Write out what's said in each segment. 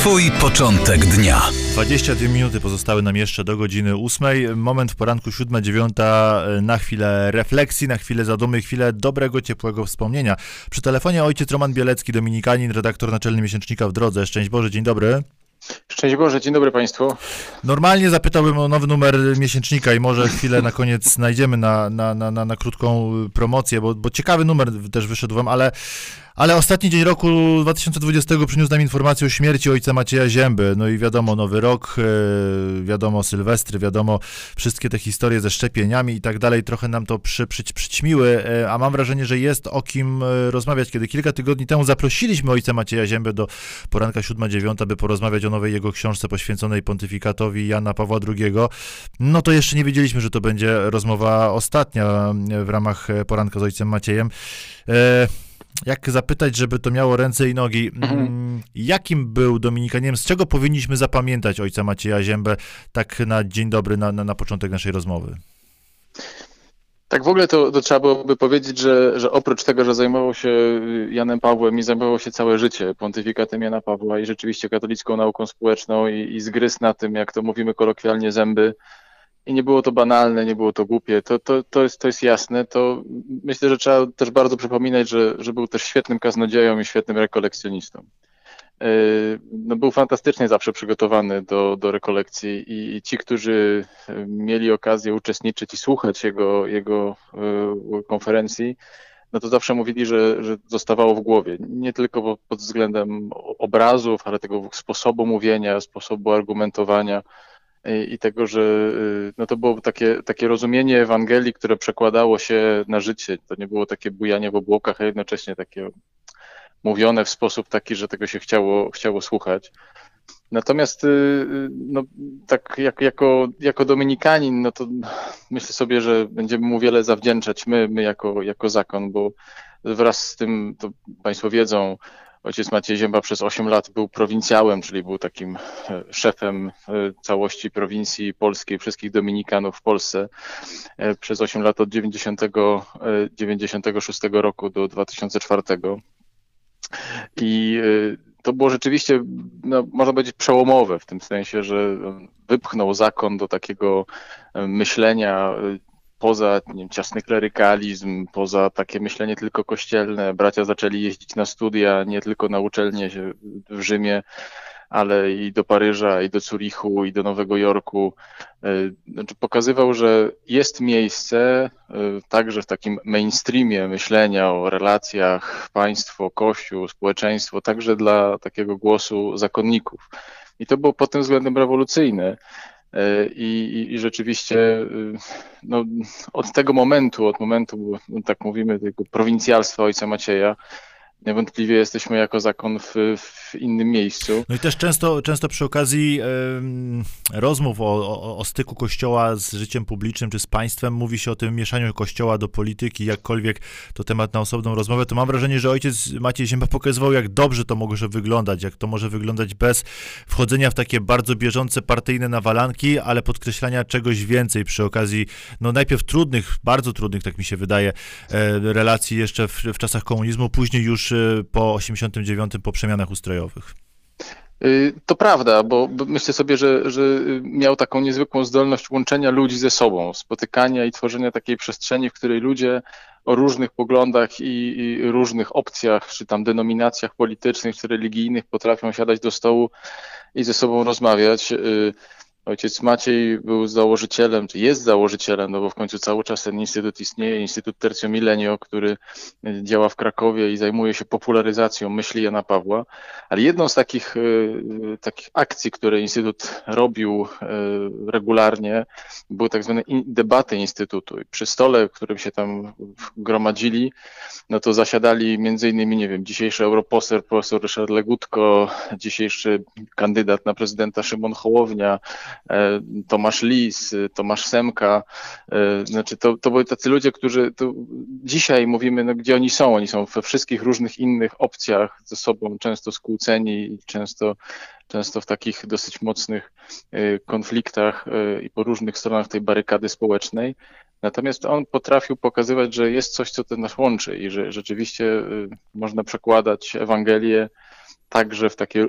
Twój początek dnia. 22 minuty pozostały nam jeszcze do godziny 8. Moment w poranku 7:09 na chwilę refleksji, na chwilę zadumy, chwilę dobrego, ciepłego wspomnienia. Przy telefonie ojciec Roman Bielecki, dominikanin, redaktor naczelny miesięcznika W Drodze. Szczęść Boże, dzień dobry. Szczęść Boże, dzień dobry Państwu. Normalnie zapytałbym o nowy numer miesięcznika i może chwilę na koniec znajdziemy na krótką promocję, bo ciekawy numer też wyszedł wam, ale ostatni dzień roku 2020 przyniósł nam informację o śmierci ojca Macieja Zięby. No i wiadomo, nowy rok, wiadomo, sylwestry, wiadomo, wszystkie te historie ze szczepieniami i tak dalej, trochę nam to przyćmiły, a mam wrażenie, że jest o kim rozmawiać. Kiedy kilka tygodni temu zaprosiliśmy ojca Macieja Ziębę do poranka 7:09, by porozmawiać o nowej jego książce poświęconej pontyfikatowi Jana Pawła II, no to jeszcze nie wiedzieliśmy, że to będzie rozmowa ostatnia w ramach poranka z ojcem Maciejem. Jak zapytać, żeby to miało ręce i nogi, jakim był dominikaniem, z czego powinniśmy zapamiętać ojca Macieja Ziębę tak na dzień dobry, na początek naszej rozmowy? Tak w ogóle to trzeba byłoby powiedzieć, że oprócz tego, że zajmował się Janem Pawłem i zajmował się całe życie pontyfikatem Jana Pawła i rzeczywiście katolicką nauką społeczną i zgryzł na tym, jak to mówimy kolokwialnie, zęby. I nie było to banalne, nie było to głupie, to jest jasne. To myślę, że trzeba też bardzo przypominać, że był też świetnym kaznodzieją i świetnym rekolekcjonistą. No, był fantastycznie zawsze przygotowany do rekolekcji i ci, którzy mieli okazję uczestniczyć i słuchać jego konferencji, no to zawsze mówili, że zostawało w głowie. Nie tylko pod względem obrazów, ale tego sposobu mówienia, sposobu argumentowania. I tego, że no to było takie rozumienie Ewangelii, które przekładało się na życie. To nie było takie bujanie w obłokach, a jednocześnie takie mówione w sposób taki, że tego się chciało słuchać. Natomiast no, tak jako dominikanin, no to myślę sobie, że będziemy mu wiele zawdzięczać, my jako zakon, bo wraz z tym, to Państwo wiedzą, ojciec Maciej Zięba przez 8 lat był prowincjałem, czyli był takim szefem całości prowincji polskiej, wszystkich dominikanów w Polsce przez 8 lat od 96 roku do 2004. I to było rzeczywiście, no, można powiedzieć, przełomowe w tym sensie, że wypchnął zakon do takiego myślenia poza ciasny klerykalizm, poza takie myślenie tylko kościelne. Bracia zaczęli jeździć na studia, nie tylko na uczelnie w Rzymie, ale i do Paryża, i do Zurichu, i do Nowego Jorku. Znaczy pokazywał, że jest miejsce także w takim mainstreamie myślenia o relacjach państwo, kościół, społeczeństwo, także dla takiego głosu zakonników. I to było pod tym względem rewolucyjne. I rzeczywiście no, od tego momentu, no, tak mówimy, tego prowincjalstwa ojca Macieja, niewątpliwie jesteśmy jako zakon w innym miejscu. No i też często przy okazji rozmów o styku Kościoła z życiem publicznym czy z państwem mówi się o tym mieszaniu Kościoła do polityki, jakkolwiek to temat na osobną rozmowę, to mam wrażenie, że ojciec Maciej Zięba pokazywał, jak dobrze to może wyglądać, jak to może wyglądać bez wchodzenia w takie bardzo bieżące partyjne nawalanki, ale podkreślania czegoś więcej przy okazji, no najpierw trudnych, bardzo trudnych, tak mi się wydaje, relacji jeszcze w czasach komunizmu, później już po 89, po przemianach ustrojowych. To prawda, bo myślę sobie, że miał taką niezwykłą zdolność łączenia ludzi ze sobą, spotykania i tworzenia takiej przestrzeni, w której ludzie o różnych poglądach i różnych opcjach, czy tam denominacjach politycznych, czy religijnych potrafią siadać do stołu i ze sobą rozmawiać. Ojciec Maciej był założycielem, czy jest założycielem, no bo w końcu cały czas ten instytut istnieje, Instytut Tertio Millennio, który działa w Krakowie i zajmuje się popularyzacją myśli Jana Pawła. Ale jedną z takich akcji, które Instytut robił regularnie, były tak zwane debaty Instytutu. I przy stole, w którym się tam gromadzili, no to zasiadali między innymi, nie wiem, dzisiejszy europoseł profesor Ryszard Legutko, dzisiejszy kandydat na prezydenta Szymon Hołownia, Tomasz Lis, Tomasz Semka, znaczy to byli tacy ludzie, którzy dzisiaj mówimy, no gdzie oni są we wszystkich różnych innych opcjach ze sobą często skłóceni i często często w takich dosyć mocnych konfliktach i po różnych stronach tej barykady społecznej. Natomiast on potrafił pokazywać, że jest coś, co nas łączy i że rzeczywiście można przekładać Ewangelię także w takie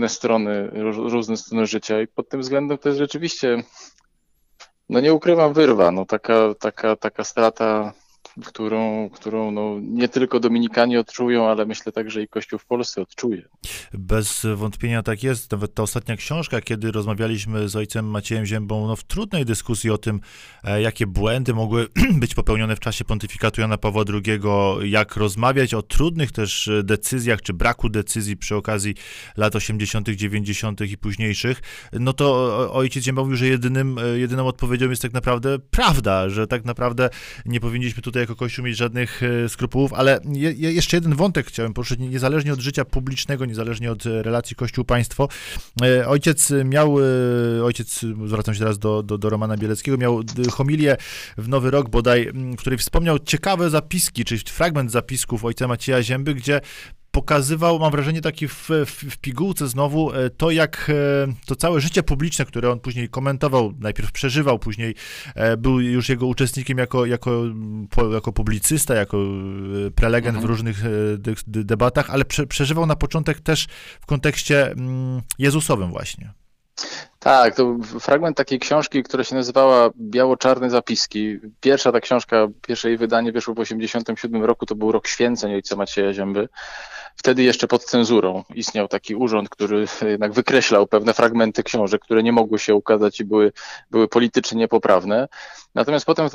różne strony życia i pod tym względem to jest rzeczywiście, no nie ukrywam, wyrwa, no taka strata, którą no, nie tylko Dominikanie odczują, ale myślę także i Kościół w Polsce odczuje. Bez wątpienia tak jest. Nawet ta ostatnia książka, kiedy rozmawialiśmy z ojcem Maciejem Ziębą, no w trudnej dyskusji o tym, jakie błędy mogły być popełnione w czasie pontyfikatu Jana Pawła II, jak rozmawiać o trudnych też decyzjach, czy braku decyzji przy okazji lat 80., 90. i późniejszych, no to ojciec Zięba mówił, że jedyną odpowiedzią jest tak naprawdę prawda, że tak naprawdę nie powinniśmy tutaj jako Kościół mieć żadnych skrupułów, ale jeszcze jeden wątek chciałem poruszyć, niezależnie od życia publicznego, niezależnie od relacji Kościół-państwo. Ojciec, zwracam się teraz do Romana Bieleckiego, miał homilię w Nowy Rok bodaj, w której wspomniał ciekawe zapiski, czyli fragment zapisków ojca Macieja Zięby, gdzie pokazywał, mam wrażenie, taki w pigułce znowu to, jak to całe życie publiczne, które on później komentował, najpierw przeżywał, później był już jego uczestnikiem jako publicysta, jako prelegent w różnych debatach, ale przeżywał na początek też w kontekście jezusowym właśnie. Tak, to fragment takiej książki, która się nazywała Biało-czarne zapiski. Pierwsza ta książka, pierwsze jej wydanie wyszło w 1987 roku, to był rok święceń ojca Macieja Zięby. Wtedy jeszcze pod cenzurą istniał taki urząd, który jednak wykreślał pewne fragmenty książek, które nie mogły się ukazać i były politycznie niepoprawne. Natomiast potem w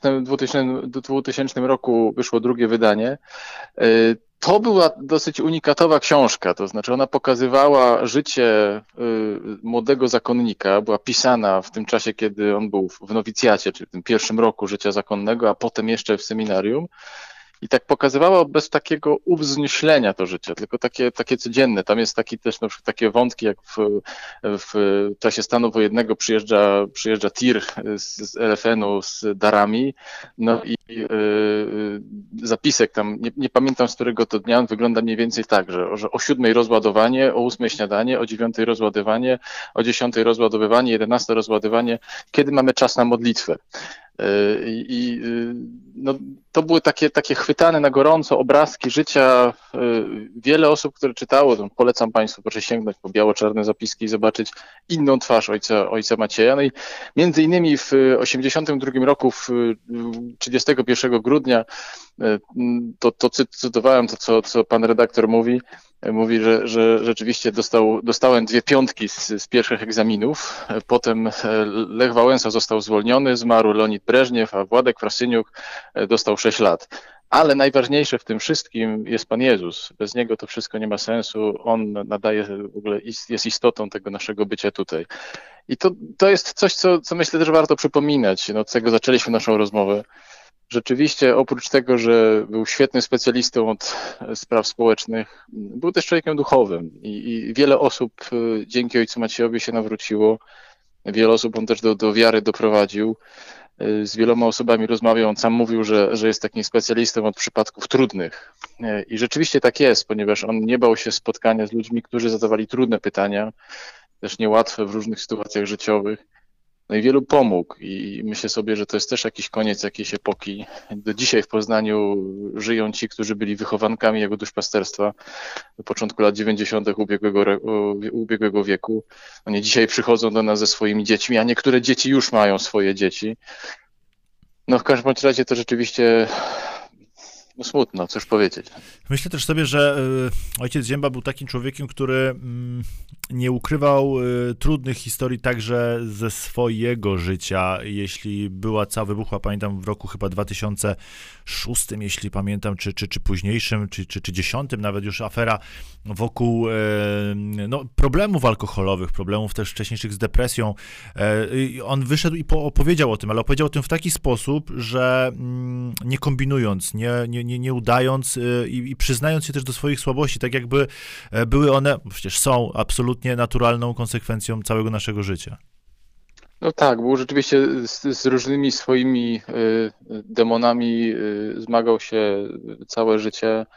2000 roku wyszło drugie wydanie. To była dosyć unikatowa książka, to znaczy ona pokazywała życie młodego zakonnika, była pisana w tym czasie, kiedy on był w nowicjacie, czyli w tym pierwszym roku życia zakonnego, a potem jeszcze w seminarium. I tak pokazywało bez takiego uwznieślenia to życie, tylko takie codzienne. Tam jest taki też na przykład takie wątki, jak w czasie stanu wojennego przyjeżdża tir z LFN-u z darami, no i zapisek tam, nie pamiętam z którego to dnia, on wygląda mniej więcej tak, że o 7 rozładowanie, o 8 śniadanie, o 9 rozładowanie, o 10 rozładowywanie, 11 rozładowanie, kiedy mamy czas na modlitwę. No, to były takie chwytane na gorąco obrazki życia. Wiele osób, które czytało, to polecam Państwu, proszę sięgnąć po biało-czarne zapiski i zobaczyć inną twarz ojca Macieja. No i między innymi w 1982 roku, 31 grudnia, to cytowałem to, co pan redaktor mówi, że rzeczywiście dostałem 2 piątki z pierwszych egzaminów. Potem Lech Wałęsa został zwolniony, zmarł Leonid Breżniew, a Władek Frasyniuk dostał 6 lat. Ale najważniejsze w tym wszystkim jest Pan Jezus. Bez Niego to wszystko nie ma sensu. On nadaje, w ogóle jest istotą tego naszego bycia tutaj. I to jest coś, co myślę też warto przypominać. No, od tego zaczęliśmy naszą rozmowę. Rzeczywiście, oprócz tego, że był świetnym specjalistą od spraw społecznych, był też człowiekiem duchowym i wiele osób dzięki ojcu Maciejowi się nawróciło. Wiele osób on też do wiary doprowadził. Z wieloma osobami rozmawiał, on sam mówił, że jest takim specjalistą od przypadków trudnych. I rzeczywiście tak jest, ponieważ on nie bał się spotkania z ludźmi, którzy zadawali trudne pytania, też niełatwe w różnych sytuacjach życiowych. No i wielu pomógł i myślę sobie, że to jest też jakiś koniec jakiejś epoki. Do dzisiaj w Poznaniu żyją ci, którzy byli wychowankami jego duszpasterstwa do początku lat 90. ubiegłego wieku. Oni dzisiaj przychodzą do nas ze swoimi dziećmi, a niektóre dzieci już mają swoje dzieci. No w każdym razie to rzeczywiście no smutno, cóż powiedzieć. Myślę też sobie, że ojciec Zięba był takim człowiekiem, który nie ukrywał trudnych historii także ze swojego życia. Jeśli wybuchła, pamiętam, w roku chyba 2006, jeśli pamiętam, czy późniejszym, czy 2010 nawet już afera wokół problemów alkoholowych, problemów też wcześniejszych z depresją. On wyszedł i opowiedział o tym, ale opowiedział o tym w taki sposób, że nie kombinując, nie udając i przyznając się też do swoich słabości, tak jakby były one, przecież są absolutnie naturalną konsekwencją całego naszego życia. No tak, był rzeczywiście z różnymi swoimi demonami, zmagał się całe życie.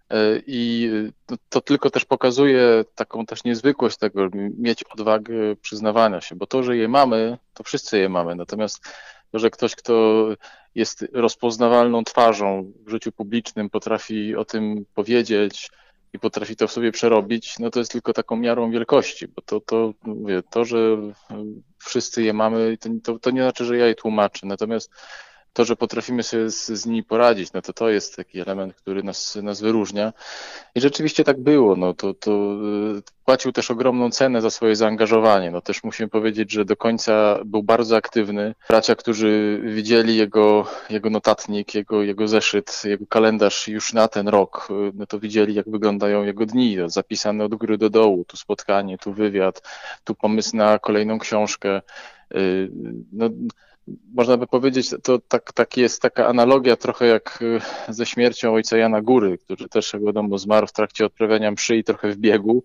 I to tylko też pokazuje taką też niezwykłość tego, żeby mieć odwagę przyznawania się, bo to, że je mamy, to wszyscy je mamy. Natomiast to, że ktoś, kto jest rozpoznawalną twarzą w życiu publicznym, potrafi o tym powiedzieć i potrafi to w sobie przerobić, no to jest tylko taką miarą wielkości, bo mówię, to, że wszyscy je mamy, to nie znaczy, że ja je tłumaczę. Natomiast to, że potrafimy sobie z nimi poradzić, no to jest taki element, który nas wyróżnia. I rzeczywiście tak było. No to płacił też ogromną cenę za swoje zaangażowanie. No też musimy powiedzieć, że do końca był bardzo aktywny. Bracia, którzy widzieli jego notatnik, jego zeszyt, jego kalendarz już na ten rok, no to widzieli, jak wyglądają jego dni, zapisane od góry do dołu, tu spotkanie, tu wywiad, tu pomysł na kolejną książkę. No, można by powiedzieć, to tak jest taka analogia trochę jak ze śmiercią ojca Jana Góry, który też, jak wiadomo, zmarł w trakcie odprawiania mszy i trochę w biegu,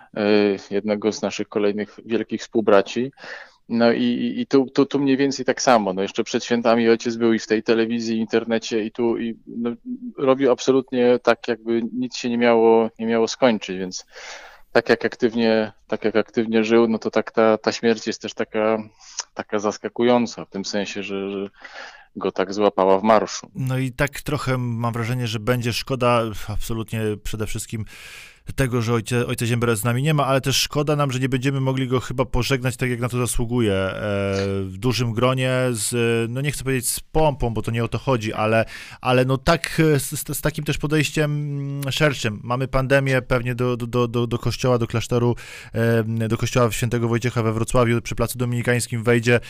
jednego z naszych kolejnych wielkich współbraci. No i tu mniej więcej tak samo. No jeszcze przed świętami ojciec był i w tej telewizji, internecie no, robił absolutnie tak, jakby nic się nie miało skończyć, więc tak jak aktywnie żył, no to tak ta śmierć jest też taka zaskakująca, w tym sensie, że go tak złapała w marszu. No i tak trochę mam wrażenie, że będzie szkoda absolutnie przede wszystkim tego, że ojca Ziembra z nami nie ma, ale też szkoda nam, że nie będziemy mogli go chyba pożegnać tak, jak na to zasługuje, w dużym gronie, no nie chcę powiedzieć z pompą, bo to nie o to chodzi, ale no tak, z takim też podejściem szerszym. Mamy pandemię, pewnie do kościoła, do klasztoru, do kościoła świętego Wojciecha we Wrocławiu przy Placu Dominikańskim wejdzie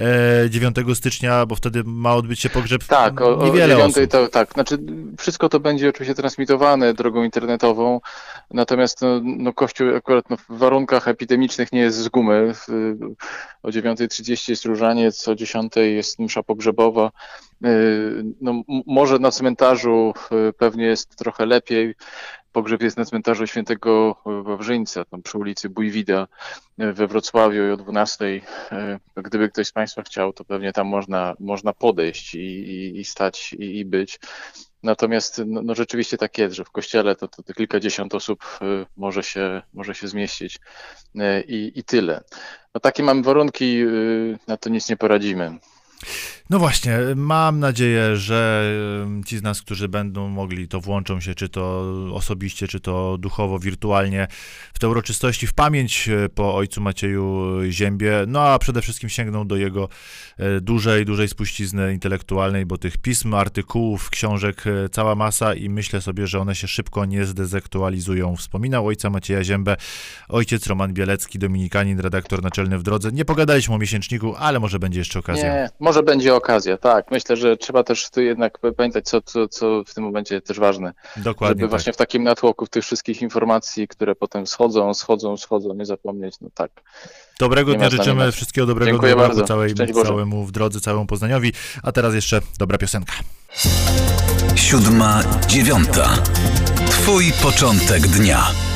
9 stycznia, bo wtedy ma odbyć się pogrzeb niewiele osób. Tak, znaczy wszystko to będzie oczywiście transmitowane drogą internetową. Natomiast no Kościół akurat w warunkach epidemicznych nie jest z gumy. O 9:30 jest różaniec, o 10:00 jest msza pogrzebowa. No, może na cmentarzu pewnie jest trochę lepiej. Pogrzeb jest na cmentarzu świętego Wawrzyńca, tam przy ulicy Bójwida we Wrocławiu i o 12:00. Gdyby ktoś z Państwa chciał, to pewnie tam można podejść i stać i być. Natomiast no rzeczywiście tak jest, że w kościele to kilkadziesiąt osób może się zmieścić i tyle. No takie mamy warunki, na to nic nie poradzimy. No właśnie, mam nadzieję, że ci z nas, którzy będą mogli, to włączą się, czy to osobiście, czy to duchowo, wirtualnie w te uroczystości, w pamięć po ojcu Macieju Ziębie, no a przede wszystkim sięgną do jego dużej spuścizny intelektualnej, bo tych pism, artykułów, książek cała masa i myślę sobie, że one się szybko nie zdezaktualizują. Wspominał ojca Macieja Ziębę ojciec Roman Bielecki, dominikanin, redaktor naczelny w Drodze. Nie pogadaliśmy o miesięczniku, ale może będzie jeszcze okazja. Nie, może będzie okazja, tak. Myślę, że trzeba też tu jednak pamiętać, co w tym momencie też ważne. Dokładnie. Żeby właśnie w takim natłoku tych wszystkich informacji, które potem schodzą, nie zapomnieć, no tak. Dobrego dnia życzymy, wszystkiego dobrego całemu w Drodze, całemu Poznaniowi, a teraz jeszcze dobra piosenka. 7:09. Twój początek dnia.